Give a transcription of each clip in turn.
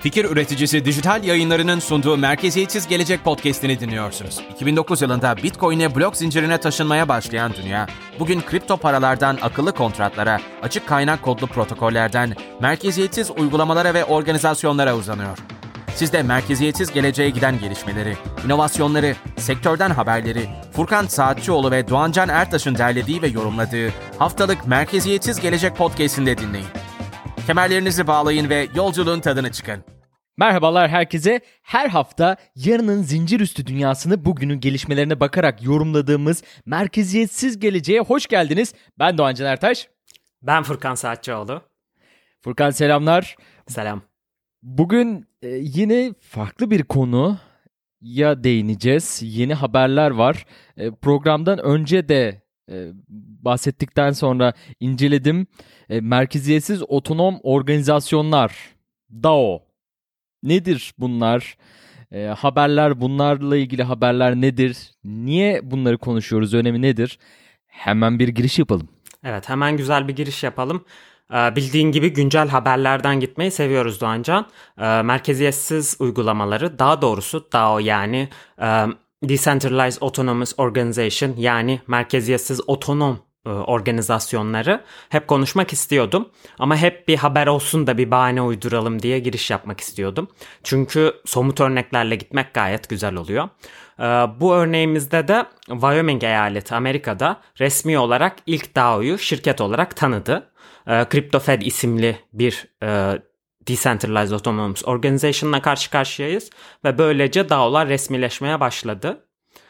Fikir üreticisi Dijital Yayınları'nın sunduğu Merkeziyetsiz Gelecek podcast'ini dinliyorsunuz. 2009 yılında Bitcoin'e blok zincirine taşınmaya başlayan dünya, bugün kripto paralardan akıllı kontratlara, açık kaynak kodlu protokollerden, merkeziyetsiz uygulamalara ve organizasyonlara uzanıyor. Siz de merkeziyetsiz geleceğe giden gelişmeleri, inovasyonları, sektörden haberleri, Furkan Saatçıoğlu ve Doğancan Ertaş'ın derlediği ve yorumladığı haftalık Merkeziyetsiz Gelecek podcast'inde dinleyin. Kemerlerinizi bağlayın ve yolculuğun tadını çıkarın. Merhabalar herkese. Her hafta yarının zincir üstü dünyasını bugünün gelişmelerine bakarak yorumladığımız Merkeziyetsiz Geleceğe hoş geldiniz. Ben Doğancan Ertaş. Ben Furkan Saatçıoğlu. Furkan selamlar. Selam. Bugün yine farklı bir konuya değineceğiz. Yeni haberler var. Programdan önce de bahsettikten sonra inceledim. Merkeziyetsiz otonom organizasyonlar, DAO. Nedir bunlar? Haberler, bunlarla ilgili haberler nedir? Niye bunları konuşuyoruz? Önemi nedir? Hemen bir giriş yapalım. Evet, hemen güzel bir giriş yapalım. Bildiğin gibi güncel haberlerden gitmeyi seviyoruz Doğancan. Merkeziyetsiz uygulamaları, daha doğrusu DAO yani Decentralized Autonomous Organization yani merkeziyetsiz otonom organizasyonları hep konuşmak istiyordum. Ama hep bir haber olsun da bir bahane uyduralım diye giriş yapmak istiyordum. Çünkü somut örneklerle gitmek gayet güzel oluyor. Bu örneğimizde de Wyoming eyaleti Amerika'da resmi olarak ilk DAO'yu şirket olarak tanıdı. CryptoFed isimli bir Decentralized Autonomous Organization'la karşı karşıyayız ve böylece DAO'lar resmileşmeye başladı.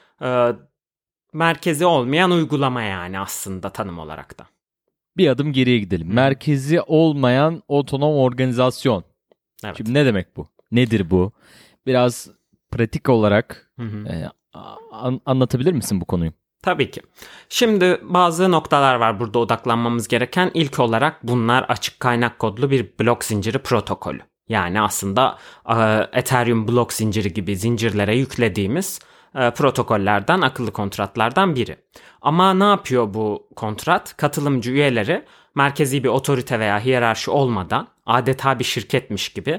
Merkezi olmayan uygulama yani aslında tanım olarak da. Bir adım geriye gidelim. Merkezi olmayan otonom organizasyon. Evet. Şimdi ne demek bu? Nedir bu? Biraz pratik olarak anlatabilir misin bu konuyu? Tabii ki. Şimdi bazı noktalar var burada odaklanmamız gereken. İlk olarak bunlar açık kaynak kodlu bir blok zinciri protokolü. Yani aslında Ethereum blok zinciri gibi zincirlere yüklediğimiz protokollerden, akıllı kontratlardan biri. Ama ne yapıyor bu kontrat? Katılımcı üyeleri merkezi bir otorite veya hiyerarşi olmadan adeta bir şirketmiş gibi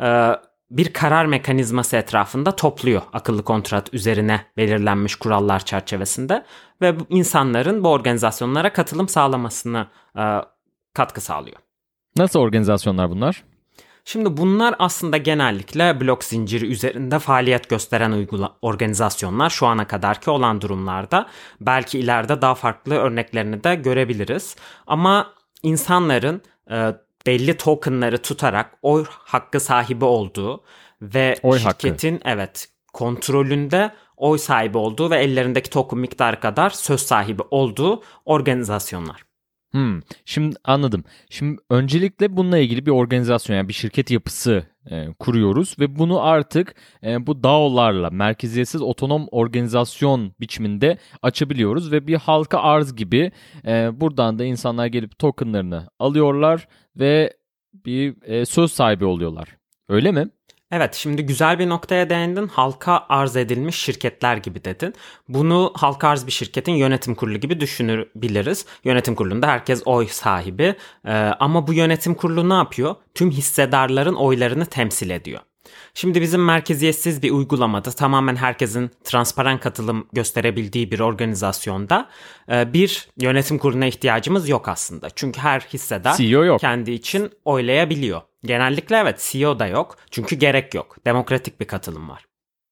bir karar mekanizması etrafında topluyor akıllı kontrat üzerine belirlenmiş kurallar çerçevesinde ve insanların bu organizasyonlara katılım sağlamasına katkı sağlıyor. Nasıl organizasyonlar bunlar? Şimdi bunlar aslında genellikle blok zinciri üzerinde faaliyet gösteren organizasyonlar şu ana kadarki olan durumlarda. Belki ileride daha farklı örneklerini de görebiliriz. Ama insanların belli tokenları tutarak oy hakkı sahibi olduğu ve şirketin kontrolünde oy sahibi olduğu ve ellerindeki token miktarı kadar söz sahibi olduğu organizasyonlar. Şimdi anladım. Şimdi öncelikle bununla ilgili bir organizasyon yani bir şirket yapısı kuruyoruz ve bunu artık bu DAO'larla merkeziyetsiz otonom organizasyon biçiminde açabiliyoruz ve bir halka arz gibi buradan da insanlar gelip tokenlarını alıyorlar ve bir söz sahibi oluyorlar. Öyle mi? Evet, şimdi güzel bir noktaya değindin. Halka arz edilmiş şirketler gibi dedin. Bunu halka arz bir şirketin yönetim kurulu gibi düşünebiliriz. Yönetim kurulunda herkes oy sahibi. Ama bu yönetim kurulu ne yapıyor? Tüm hissedarların oylarını temsil ediyor. Şimdi bizim merkeziyetsiz bir uygulamada tamamen herkesin transparan katılım gösterebildiği bir organizasyonda bir yönetim kuruluna ihtiyacımız yok aslında. Çünkü her hissedar kendi için oylayabiliyor. Genellikle CEO da yok. Çünkü gerek yok. Demokratik bir katılım var.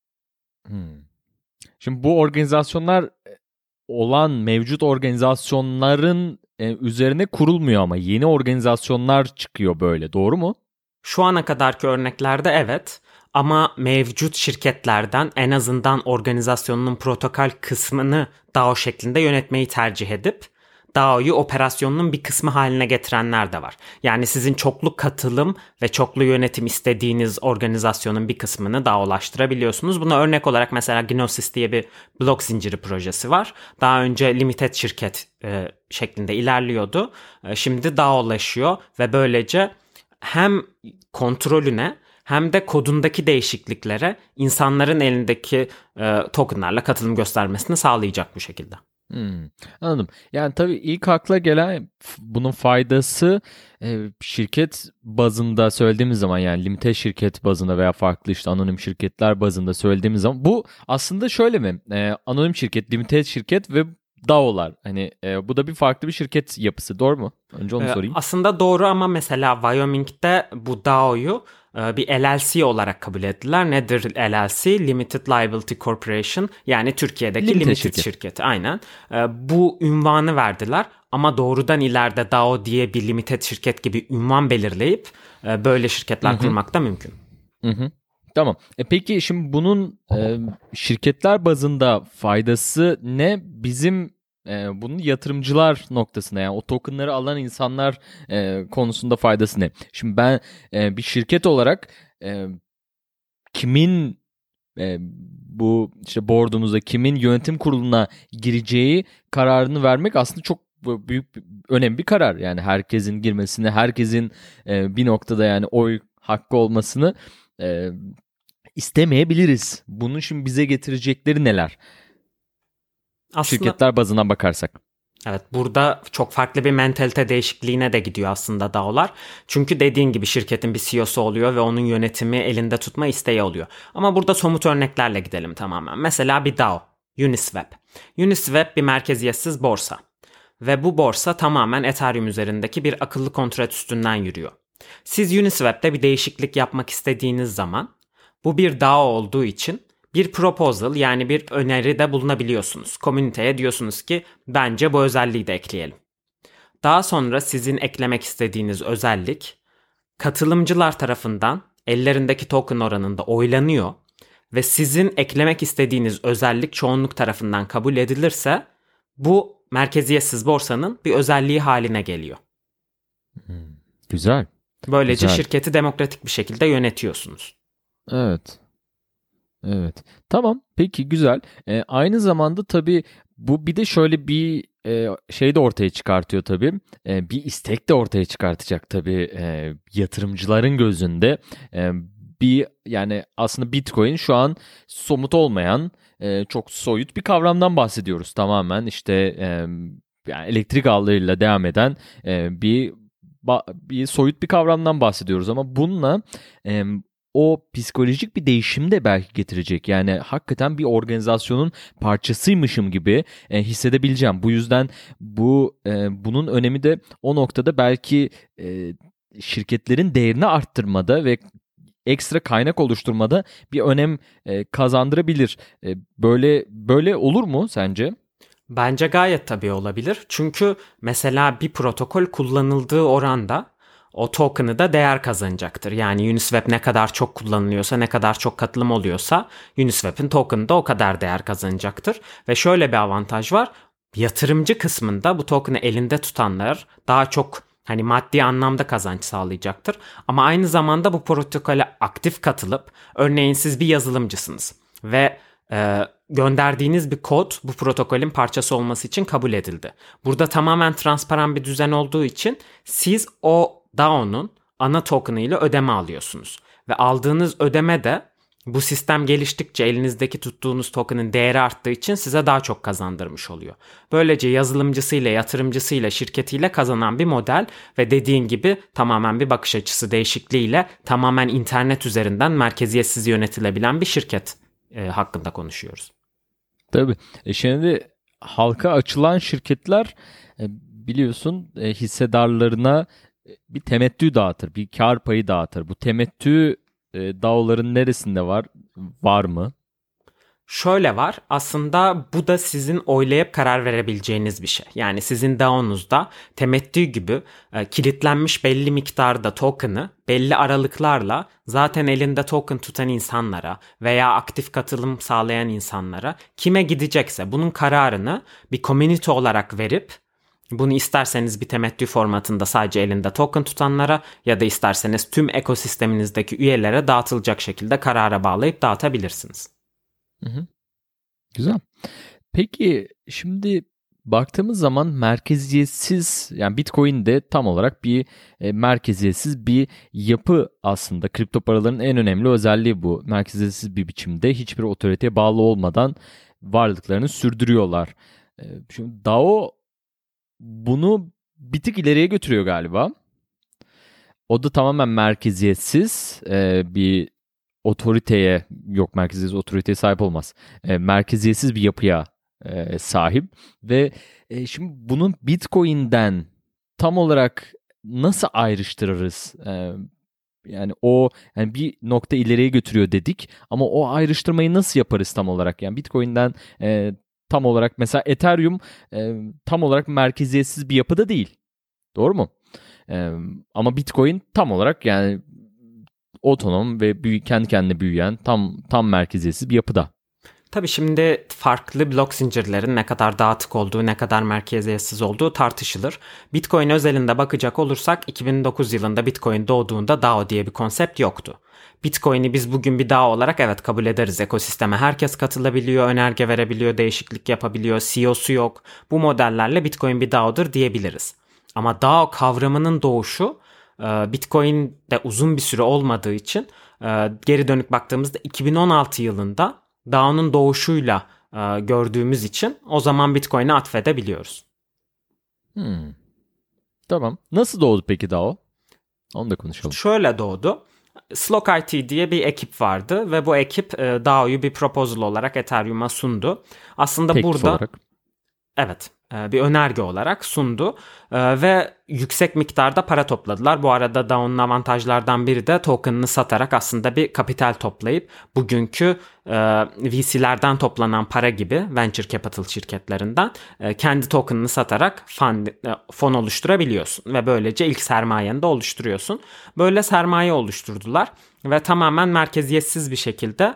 Şimdi bu organizasyonlar olan mevcut organizasyonların üzerine kurulmuyor ama yeni organizasyonlar çıkıyor böyle. Doğru mu? Şu ana kadarki örneklerde evet. Ama mevcut şirketlerden en azından organizasyonun protokol kısmını DAO şeklinde yönetmeyi tercih edip DAO'yu operasyonunun bir kısmı haline getirenler de var. Yani sizin çoklu katılım ve çoklu yönetim istediğiniz organizasyonun bir kısmını DAO'laştırabiliyorsunuz. Buna örnek olarak mesela Gnosis diye bir blok zinciri projesi var. Daha önce limited şirket şeklinde ilerliyordu. Şimdi DAO'laşıyor ve böylece hem kontrolüne hem de kodundaki değişikliklere insanların elindeki tokenlarla katılım göstermesini sağlayacak bu şekilde. Anladım. Yani tabii ilk akla gelen bunun faydası şirket bazında söylediğimiz zaman, yani limite şirket bazında veya farklı işte anonim şirketler bazında söylediğimiz zaman, bu aslında şöyle mi? Anonim şirket, limite şirket ve DAO'lar. Hani bu da bir farklı bir şirket yapısı, doğru mu? Önce onu sorayım. Aslında doğru ama mesela Wyoming'de bu DAO'yu bir LLC olarak kabul ettiler. Nedir LLC? Limited Liability Corporation, yani Türkiye'deki limited şirketi. Aynen. Bu ünvanı verdiler ama doğrudan ileride DAO diye bir limited şirket gibi ünvan belirleyip böyle şirketler kurmak da mümkün. Tamam. Peki şimdi bunun şirketler bazında faydası ne? Bizim bunun yatırımcılar noktasında, yani o tokenları alan insanlar konusunda faydası ne? Şimdi ben bir şirket olarak kimin bu işte board'umuzda kimin yönetim kuruluna gireceği kararını vermek aslında çok büyük önemli bir karar. Yani herkesin girmesini, herkesin bir noktada yani oy hakkı olmasını istemeyebiliriz. Bunun şimdi bize getirecekleri neler? Aslında, şirketler bazından bakarsak. Evet, burada çok farklı bir mentalite değişikliğine de gidiyor aslında DAO'lar. Çünkü dediğin gibi şirketin bir CEO'su oluyor ve onun yönetimi elinde tutma isteği oluyor. Ama burada somut örneklerle gidelim tamamen. Mesela bir DAO, Uniswap. Uniswap bir merkeziyetsiz borsa. Ve bu borsa tamamen Ethereum üzerindeki bir akıllı kontrat üstünden yürüyor. Siz Uniswap'te bir değişiklik yapmak istediğiniz zaman, bu bir DAO olduğu için bir proposal, yani bir öneride bulunabiliyorsunuz. Komüniteye diyorsunuz ki bence bu özelliği de ekleyelim. Daha sonra sizin eklemek istediğiniz özellik katılımcılar tarafından ellerindeki token oranında oylanıyor ve sizin eklemek istediğiniz özellik çoğunluk tarafından kabul edilirse bu merkeziyetsiz borsanın bir özelliği haline geliyor. Güzel. Böylece güzel. Şirketi demokratik bir şekilde yönetiyorsunuz. Evet. Evet. Tamam. Peki, güzel. Aynı zamanda tabii bu bir de şöyle bir şey de ortaya çıkartıyor tabii. Bir istek de ortaya çıkartacak tabii yatırımcıların gözünde. Yani aslında Bitcoin şu an somut olmayan, çok soyut bir kavramdan bahsediyoruz. Tamamen işte yani elektrik ağlarıyla devam eden bir soyut bir kavramdan bahsediyoruz ama bununla o psikolojik bir değişim de belki getirecek. Yani hakikaten bir organizasyonun parçasıymışım gibi hissedebileceğim. Bu yüzden bunun önemi de o noktada belki şirketlerin değerini arttırmada ve ekstra kaynak oluşturmada bir önem kazandırabilir. Böyle olur mu sence? Bence gayet tabii olabilir. Çünkü mesela bir protokol kullanıldığı oranda o token'ı da değer kazanacaktır. Yani Uniswap ne kadar çok kullanılıyorsa, ne kadar çok katılım oluyorsa Uniswap'in token'ı da o kadar değer kazanacaktır. Ve şöyle bir avantaj var. Yatırımcı kısmında bu token'ı elinde tutanlar daha çok maddi anlamda kazanç sağlayacaktır. Ama aynı zamanda bu protokole aktif katılıp, örneğin siz bir yazılımcısınız ve gönderdiğiniz bir kod bu protokolün parçası olması için kabul edildi. Burada tamamen transparan bir düzen olduğu için siz o DAO'nun ana token'ı ile ödeme alıyorsunuz. Ve aldığınız ödeme de bu sistem geliştikçe elinizdeki tuttuğunuz token'ın değeri arttığı için size daha çok kazandırmış oluyor. Böylece yazılımcısıyla, yatırımcısıyla, şirketiyle kazanan bir model ve dediğin gibi tamamen bir bakış açısı değişikliğiyle tamamen internet üzerinden merkeziyetsiz yönetilebilen bir şirket hakkında konuşuyoruz. Tabii. Şimdi halka açılan şirketler biliyorsun hissedarlarına bir temettü dağıtır, bir kar payı dağıtır. Bu temettü DAO'ların neresinde var? Var mı? Şöyle var, aslında bu da sizin oylayıp karar verebileceğiniz bir şey. Yani sizin DAO'nuzda temettü gibi kilitlenmiş belli miktarda token'ı belli aralıklarla zaten elinde token tutan insanlara veya aktif katılım sağlayan insanlara kime gidecekse bunun kararını bir community olarak verip, bunu isterseniz bir temettü formatında sadece elinde token tutanlara ya da isterseniz tüm ekosisteminizdeki üyelere dağıtılacak şekilde karara bağlayıp dağıtabilirsiniz. Hı. Güzel. Peki şimdi baktığımız zaman merkeziyetsiz, yani Bitcoin'de tam olarak bir merkeziyetsiz bir yapı aslında. Kripto paraların en önemli özelliği bu. Merkeziyetsiz bir biçimde hiçbir otoriteye bağlı olmadan varlıklarını sürdürüyorlar. Şimdi DAO bunu bir tık ileriye götürüyor galiba. O da tamamen merkeziyetsiz bir otoriteye, yok merkeziyetsiz otoriteye sahip olmaz. Merkeziyetsiz bir yapıya sahip ve şimdi bunun Bitcoin'den tam olarak nasıl ayrıştırırız? Yani o yani bir nokta ileriye götürüyor dedik ama o ayrıştırmayı nasıl yaparız tam olarak? Yani Bitcoin'den tam olarak mesela Ethereum tam olarak merkeziyetsiz bir yapıda değil. Doğru mu? Ama Bitcoin tam olarak yani otonom ve kendi kendine büyüyen tam merkeziyetsiz bir yapıda. Tabii şimdi farklı blok zincirlerin ne kadar dağıtık olduğu, ne kadar merkeziyetsiz olduğu tartışılır. Bitcoin özelinde bakacak olursak 2009 yılında Bitcoin doğduğunda DAO diye bir konsept yoktu. Bitcoin'i biz bugün bir DAO olarak evet kabul ederiz. Ekosisteme herkes katılabiliyor, önerge verebiliyor, değişiklik yapabiliyor, CEO'su yok. Bu modellerle Bitcoin bir DAO'dur diyebiliriz. Ama DAO kavramının doğuşu Bitcoin'de uzun bir süre olmadığı için geri dönük baktığımızda 2016 yılında DAO'nun doğuşuyla gördüğümüz için o zaman Bitcoin'e atfedebiliyoruz. Tamam. Nasıl doğdu peki DAO? Onu da konuşalım. Şöyle doğdu. Slock IT diye bir ekip vardı ve bu ekip DAO'yu bir proposal olarak Ethereum'a sundu. Aslında Teklif burada olarak. Evet, bir önerge olarak sundu ve yüksek miktarda para topladılar. Bu arada DAO'nun avantajlardan biri de token'ını satarak aslında bir kapital toplayıp bugünkü VC'lerden toplanan para gibi venture capital şirketlerinden kendi token'ını satarak fon oluşturabiliyorsun ve böylece ilk sermayeni de oluşturuyorsun. Böyle sermaye oluşturdular ve tamamen merkeziyetsiz bir şekilde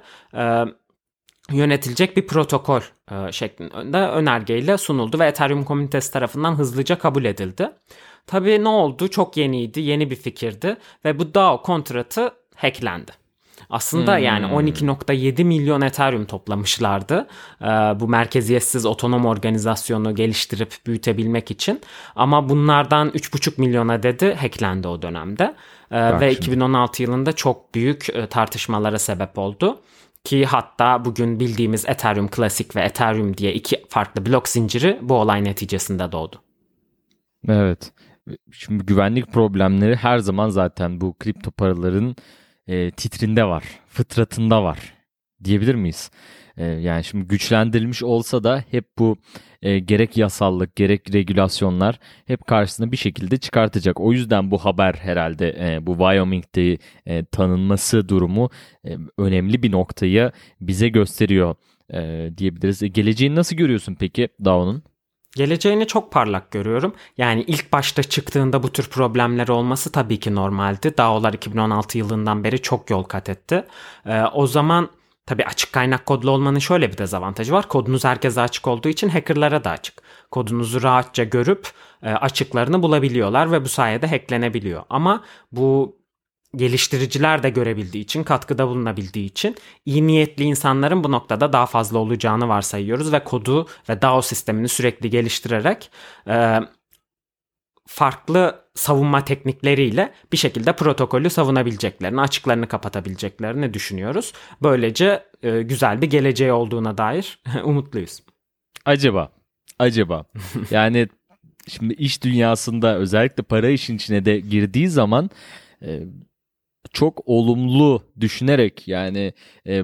yönetilecek bir protokol şeklinde önergeyle sunuldu ve Ethereum komünitesi tarafından hızlıca kabul edildi. Tabii ne oldu? Çok yeniydi, yeni bir fikirdi ve bu DAO kontratı hacklendi. Aslında yani 12.7 milyon Ethereum toplamışlardı bu merkeziyetsiz otonom organizasyonu geliştirip büyütebilmek için. Ama bunlardan 3.5 milyon adedi hacklendi o dönemde ve 2016 yılında çok büyük tartışmalara sebep oldu. Ki hatta bugün bildiğimiz Ethereum Classic ve Ethereum diye iki farklı blok zinciri bu olay neticesinde doğdu. Evet. Şimdi güvenlik problemleri her zaman zaten bu kripto paraların titrinde var, fıtratında var diyebilir miyiz? Yani şimdi güçlendirilmiş olsa da hep bu gerek yasallık gerek regülasyonlar hep karşısına bir şekilde çıkartacak. O yüzden bu haber herhalde bu Wyoming'de tanınması durumu önemli bir noktayı bize gösteriyor diyebiliriz. Geleceğini nasıl görüyorsun peki DAO'nun? Geleceğini çok parlak görüyorum. Yani ilk başta çıktığında bu tür problemler olması tabii ki normaldi. DAO'lar 2016 yılından beri çok yol kat etti. O zaman tabii açık kaynak kodlu olmanın şöyle bir dezavantajı var. Kodunuz herkese açık olduğu için hackerlara da açık. Kodunuzu rahatça görüp açıklarını bulabiliyorlar ve bu sayede hacklenebiliyor. Ama bu geliştiriciler de görebildiği için, katkıda bulunabildiği için iyi niyetli insanların bu noktada daha fazla olacağını varsayıyoruz ve kodu ve DAO sistemini sürekli geliştirerek farklı savunma teknikleriyle bir şekilde protokolü savunabileceklerini, açıklarını kapatabileceklerini düşünüyoruz. Böylece güzel bir geleceği olduğuna dair umutluyuz. Acaba yani şimdi iş dünyasında özellikle para işin içine de girdiği zaman çok olumlu düşünerek yani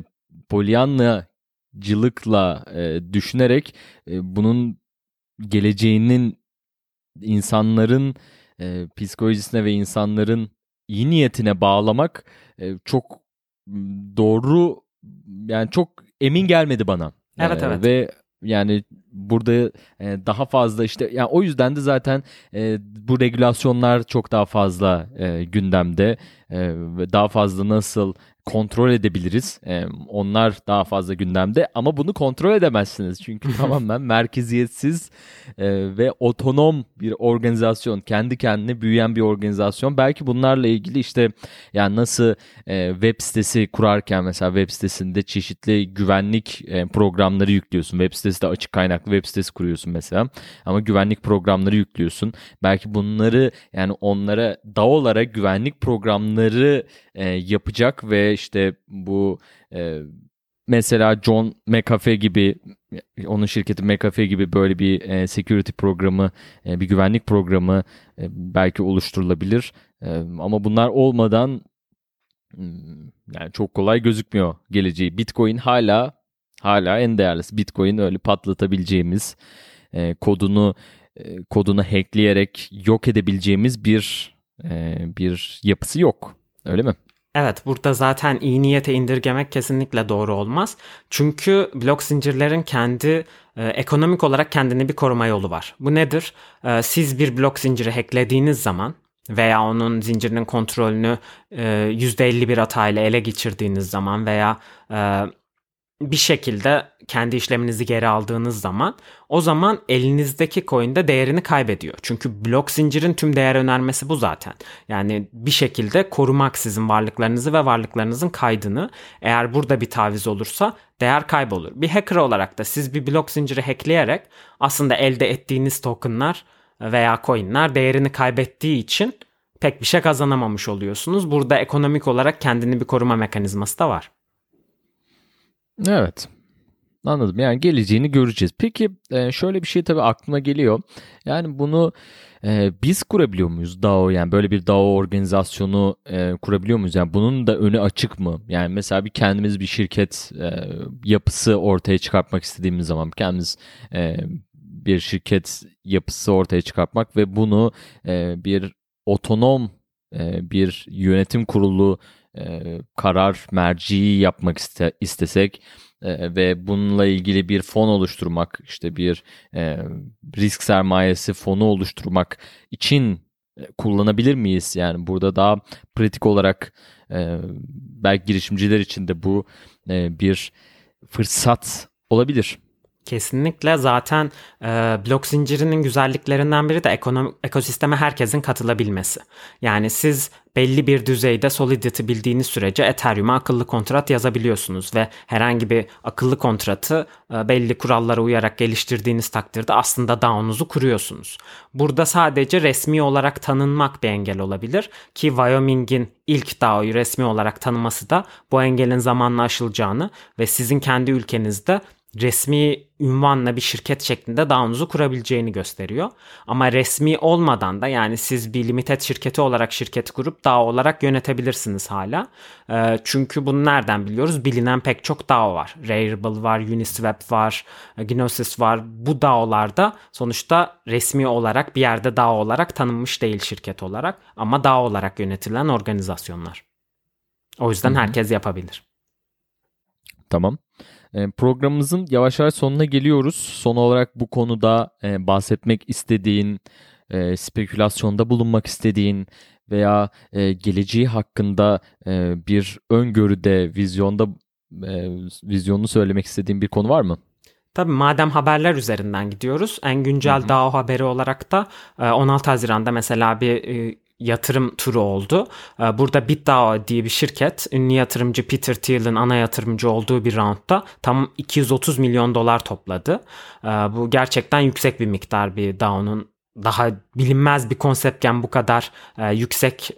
polyanlacılıkla düşünerek bunun geleceğinin insanların psikolojisine ve insanların iyi niyetine bağlamak çok doğru, yani çok emin gelmedi bana. Evet. Ve yani burada daha fazla işte yani o yüzden de zaten bu regülasyonlar çok daha fazla gündemde ve daha fazla nasıl kontrol edebiliriz, onlar daha fazla gündemde ama bunu kontrol edemezsiniz çünkü tamamen merkeziyetsiz ve otonom bir organizasyon, kendi kendine büyüyen bir organizasyon. Belki bunlarla ilgili işte yani nasıl web sitesi kurarken mesela web sitesinde çeşitli güvenlik programları yüklüyorsun. Web sitesi de açık kaynaklı web sitesi kuruyorsun mesela ama güvenlik programları yüklüyorsun. Belki bunları yani onlara DAO'lara güvenlik programları yapacak ve işte bu mesela John McAfee gibi, onun şirketi McAfee gibi böyle bir security programı, bir güvenlik programı belki oluşturulabilir. Ama bunlar olmadan yani çok kolay gözükmüyor geleceği. Bitcoin hala en değerlisi. Bitcoin öyle patlatabileceğimiz, kodunu hackleyerek yok edebileceğimiz bir yapısı yok. Öyle mi? Evet, burada zaten iyi niyete indirgemek kesinlikle doğru olmaz. Çünkü blok zincirlerin kendi ekonomik olarak kendine bir koruma yolu var. Bu nedir? Siz bir blok zinciri hacklediğiniz zaman veya onun zincirinin kontrolünü %50 bir hatayla ele geçirdiğiniz zaman veya bir şekilde kendi işleminizi geri aldığınız zaman, o zaman elinizdeki coin de değerini kaybediyor. Çünkü blok zincirin tüm değer önermesi bu zaten. Yani bir şekilde korumak sizin varlıklarınızı ve varlıklarınızın kaydını. Eğer burada bir taviz olursa değer kaybolur. Bir hacker olarak da siz bir blok zinciri hackleyerek aslında elde ettiğiniz tokenlar veya coinler değerini kaybettiği için pek bir şey kazanamamış oluyorsunuz. Burada ekonomik olarak kendini bir koruma mekanizması da var. Evet. Anladım. Yani geleceğini göreceğiz. Peki şöyle bir şey tabii aklıma geliyor. Yani bunu biz kurabiliyor muyuz DAO? Yani böyle bir DAO organizasyonu kurabiliyor muyuz? Yani bunun da önü açık mı? Yani mesela kendimiz bir şirket yapısı ortaya çıkartmak istediğimiz zaman kendimiz bir şirket yapısı ortaya çıkartmak ve bunu bir otonom bir yönetim kurulu karar merciği yapmak istesek ve bununla ilgili bir fon oluşturmak, işte bir risk sermayesi fonu oluşturmak için kullanabilir miyiz? Yani burada daha pratik olarak belki girişimciler için de bu bir fırsat olabilir. Kesinlikle, zaten blok zincirinin güzelliklerinden biri de ekosisteme herkesin katılabilmesi. Yani siz belli bir düzeyde Solidity bildiğiniz sürece Ethereum'a akıllı kontrat yazabiliyorsunuz ve herhangi bir akıllı kontratı belli kurallara uyarak geliştirdiğiniz takdirde aslında DAO'nuzu kuruyorsunuz. Burada sadece resmi olarak tanınmak bir engel olabilir ki Wyoming'in ilk DAO'yu resmi olarak tanıması da bu engelin zamanla aşılacağını ve sizin kendi ülkenizde resmi ünvanla bir şirket şeklinde DAO'nuzu kurabileceğini gösteriyor. Ama resmi olmadan da, yani siz bir limited şirketi olarak şirketi kurup DAO olarak yönetebilirsiniz hala. Çünkü bunu nereden biliyoruz? Bilinen pek çok DAO var. Rarible var, Uniswap var, Gnosis var. Bu DAO'larda sonuçta resmi olarak bir yerde DAO olarak tanınmış değil şirket olarak, ama DAO olarak yönetilen organizasyonlar. O yüzden herkes yapabilir. Tamam. Programımızın yavaş yavaş sonuna geliyoruz. Son olarak bu konuda bahsetmek istediğin, spekülasyonda bulunmak istediğin veya geleceği hakkında bir öngörüde, vizyonunu söylemek istediğin bir konu var mı? Tabii, madem haberler üzerinden gidiyoruz, en güncel DAO haberi olarak da 16 Haziran'da mesela bir yatırım turu oldu. Burada BitDAO diye bir şirket, ünlü yatırımcı Peter Thiel'in ana yatırımcı olduğu bir roundda tam $230 milyon topladı. Bu gerçekten yüksek bir miktar, bir DAO'nun daha bilinmez bir konseptken bu kadar yüksek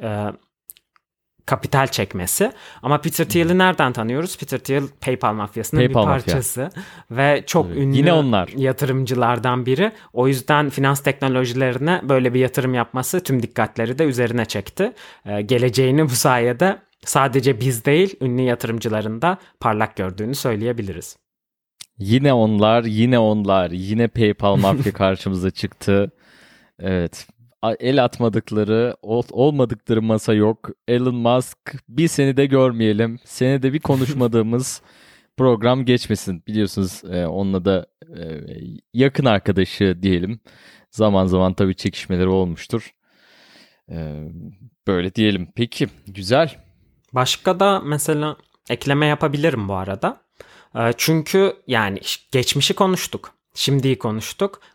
kapital çekmesi. Ama Peter Thiel'i nereden tanıyoruz? Peter Thiel PayPal mafyasının bir parçası ve çok ünlü yine onlar yatırımcılardan biri. O yüzden finans teknolojilerine böyle bir yatırım yapması tüm dikkatleri de üzerine çekti. Geleceğini bu sayede sadece biz değil, ünlü yatırımcıların da parlak gördüğünü söyleyebiliriz. Yine onlar, yine PayPal mafya karşımıza çıktı. Evet. El atmadıkları, olmadıkları masa yok. Elon Musk, bir seni de görmeyelim. Seni de bir konuşmadığımız program geçmesin. Biliyorsunuz onunla da yakın arkadaşı diyelim. Zaman zaman tabii çekişmeleri olmuştur. Böyle diyelim. Peki, güzel. Başka da mesela ekleme yapabilirim bu arada. Çünkü yani geçmişi konuştuk. Şimdiyi konuştuk.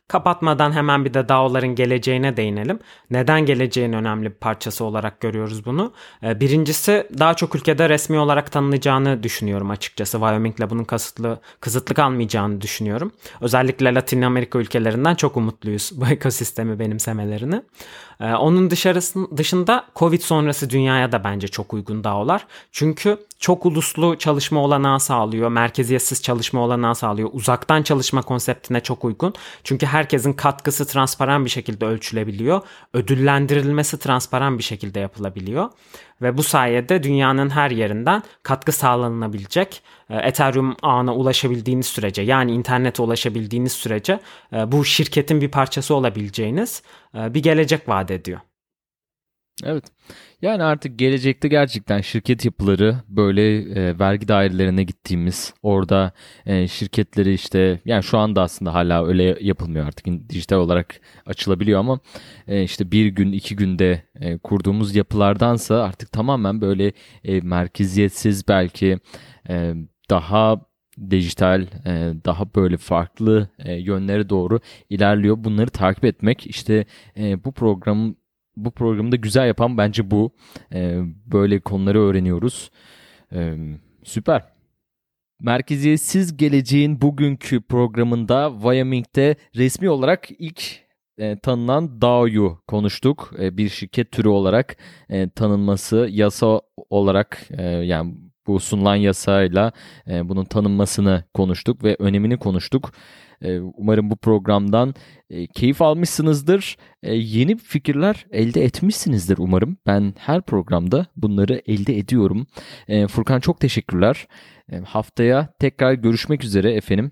Kapatmadan hemen bir de DAO'ların geleceğine değinelim. Neden geleceğin önemli bir parçası olarak görüyoruz bunu? Birincisi, daha çok ülkede resmi olarak tanınacağını düşünüyorum açıkçası. Wyoming'le bunun kısıtlı kalmayacağını düşünüyorum. Özellikle Latin Amerika ülkelerinden çok umutluyuz bu ekosistemi benimsemelerini. Onun dışında Covid sonrası dünyaya da bence çok uygun DAO'lar. Çünkü çok uluslu çalışma olanağı sağlıyor, merkeziyetsiz çalışma olanağı sağlıyor. Uzaktan çalışma konseptine çok uygun. Çünkü herkesin katkısı transparan bir şekilde ölçülebiliyor. Ödüllendirilmesi transparan bir şekilde yapılabiliyor. Ve bu sayede dünyanın her yerinden katkı sağlanabilecek, Ethereum ağına ulaşabildiğiniz sürece, yani internete ulaşabildiğiniz sürece bu şirketin bir parçası olabileceğiniz bir gelecek vaat ediyor. Evet. Yani artık gelecekte gerçekten şirket yapıları böyle vergi dairelerine gittiğimiz, orada şirketleri işte, yani şu anda aslında hala öyle yapılmıyor, artık dijital olarak açılabiliyor ama işte bir gün 2 günde kurduğumuz yapılardansa artık tamamen böyle merkeziyetsiz, belki daha dijital, daha böyle farklı yönlere doğru ilerliyor. Bunları takip etmek işte bu programı da güzel yapan bence bu. Böyle konuları öğreniyoruz. Süper. Merkeziyetsiz Geleceğin bugünkü programında Wyoming'de resmi olarak ilk tanınan DAO'yu konuştuk. Bir şirket türü olarak tanınması, yasa olarak yani bu sunulan yasayla bunun tanınmasını konuştuk ve önemini konuştuk. Umarım bu programdan keyif almışsınızdır. Yeni fikirler elde etmişsinizdir umarım. Ben her programda bunları elde ediyorum. Furkan, çok teşekkürler. Haftaya tekrar görüşmek üzere efendim.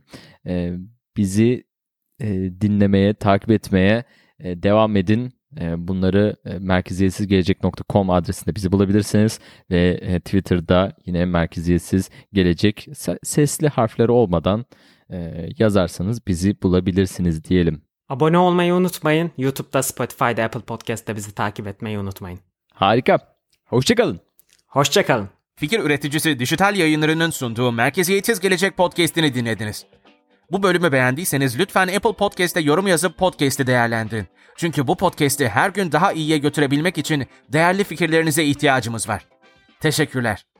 Bizi dinlemeye, takip etmeye devam edin. Bunları merkeziyetsizgelecek.com adresinde bizi bulabilirsiniz ve Twitter'da yine Merkeziyetsiz Gelecek sesli harfleri olmadan yazarsanız bizi bulabilirsiniz diyelim. Abone olmayı unutmayın. YouTube'da, Spotify'da, Apple Podcast'ta bizi takip etmeyi unutmayın. Harika. Hoşçakalın. Hoşçakalın. Fikir üreticisi Dijital Yayınları'nın sunduğu Merkeziyetsiz Gelecek podcast'ini dinlediniz. Bu bölümü beğendiyseniz lütfen Apple Podcast'te yorum yazıp podcast'i değerlendirin. Çünkü bu podcast'i her gün daha iyiye götürebilmek için değerli fikirlerinize ihtiyacımız var. Teşekkürler.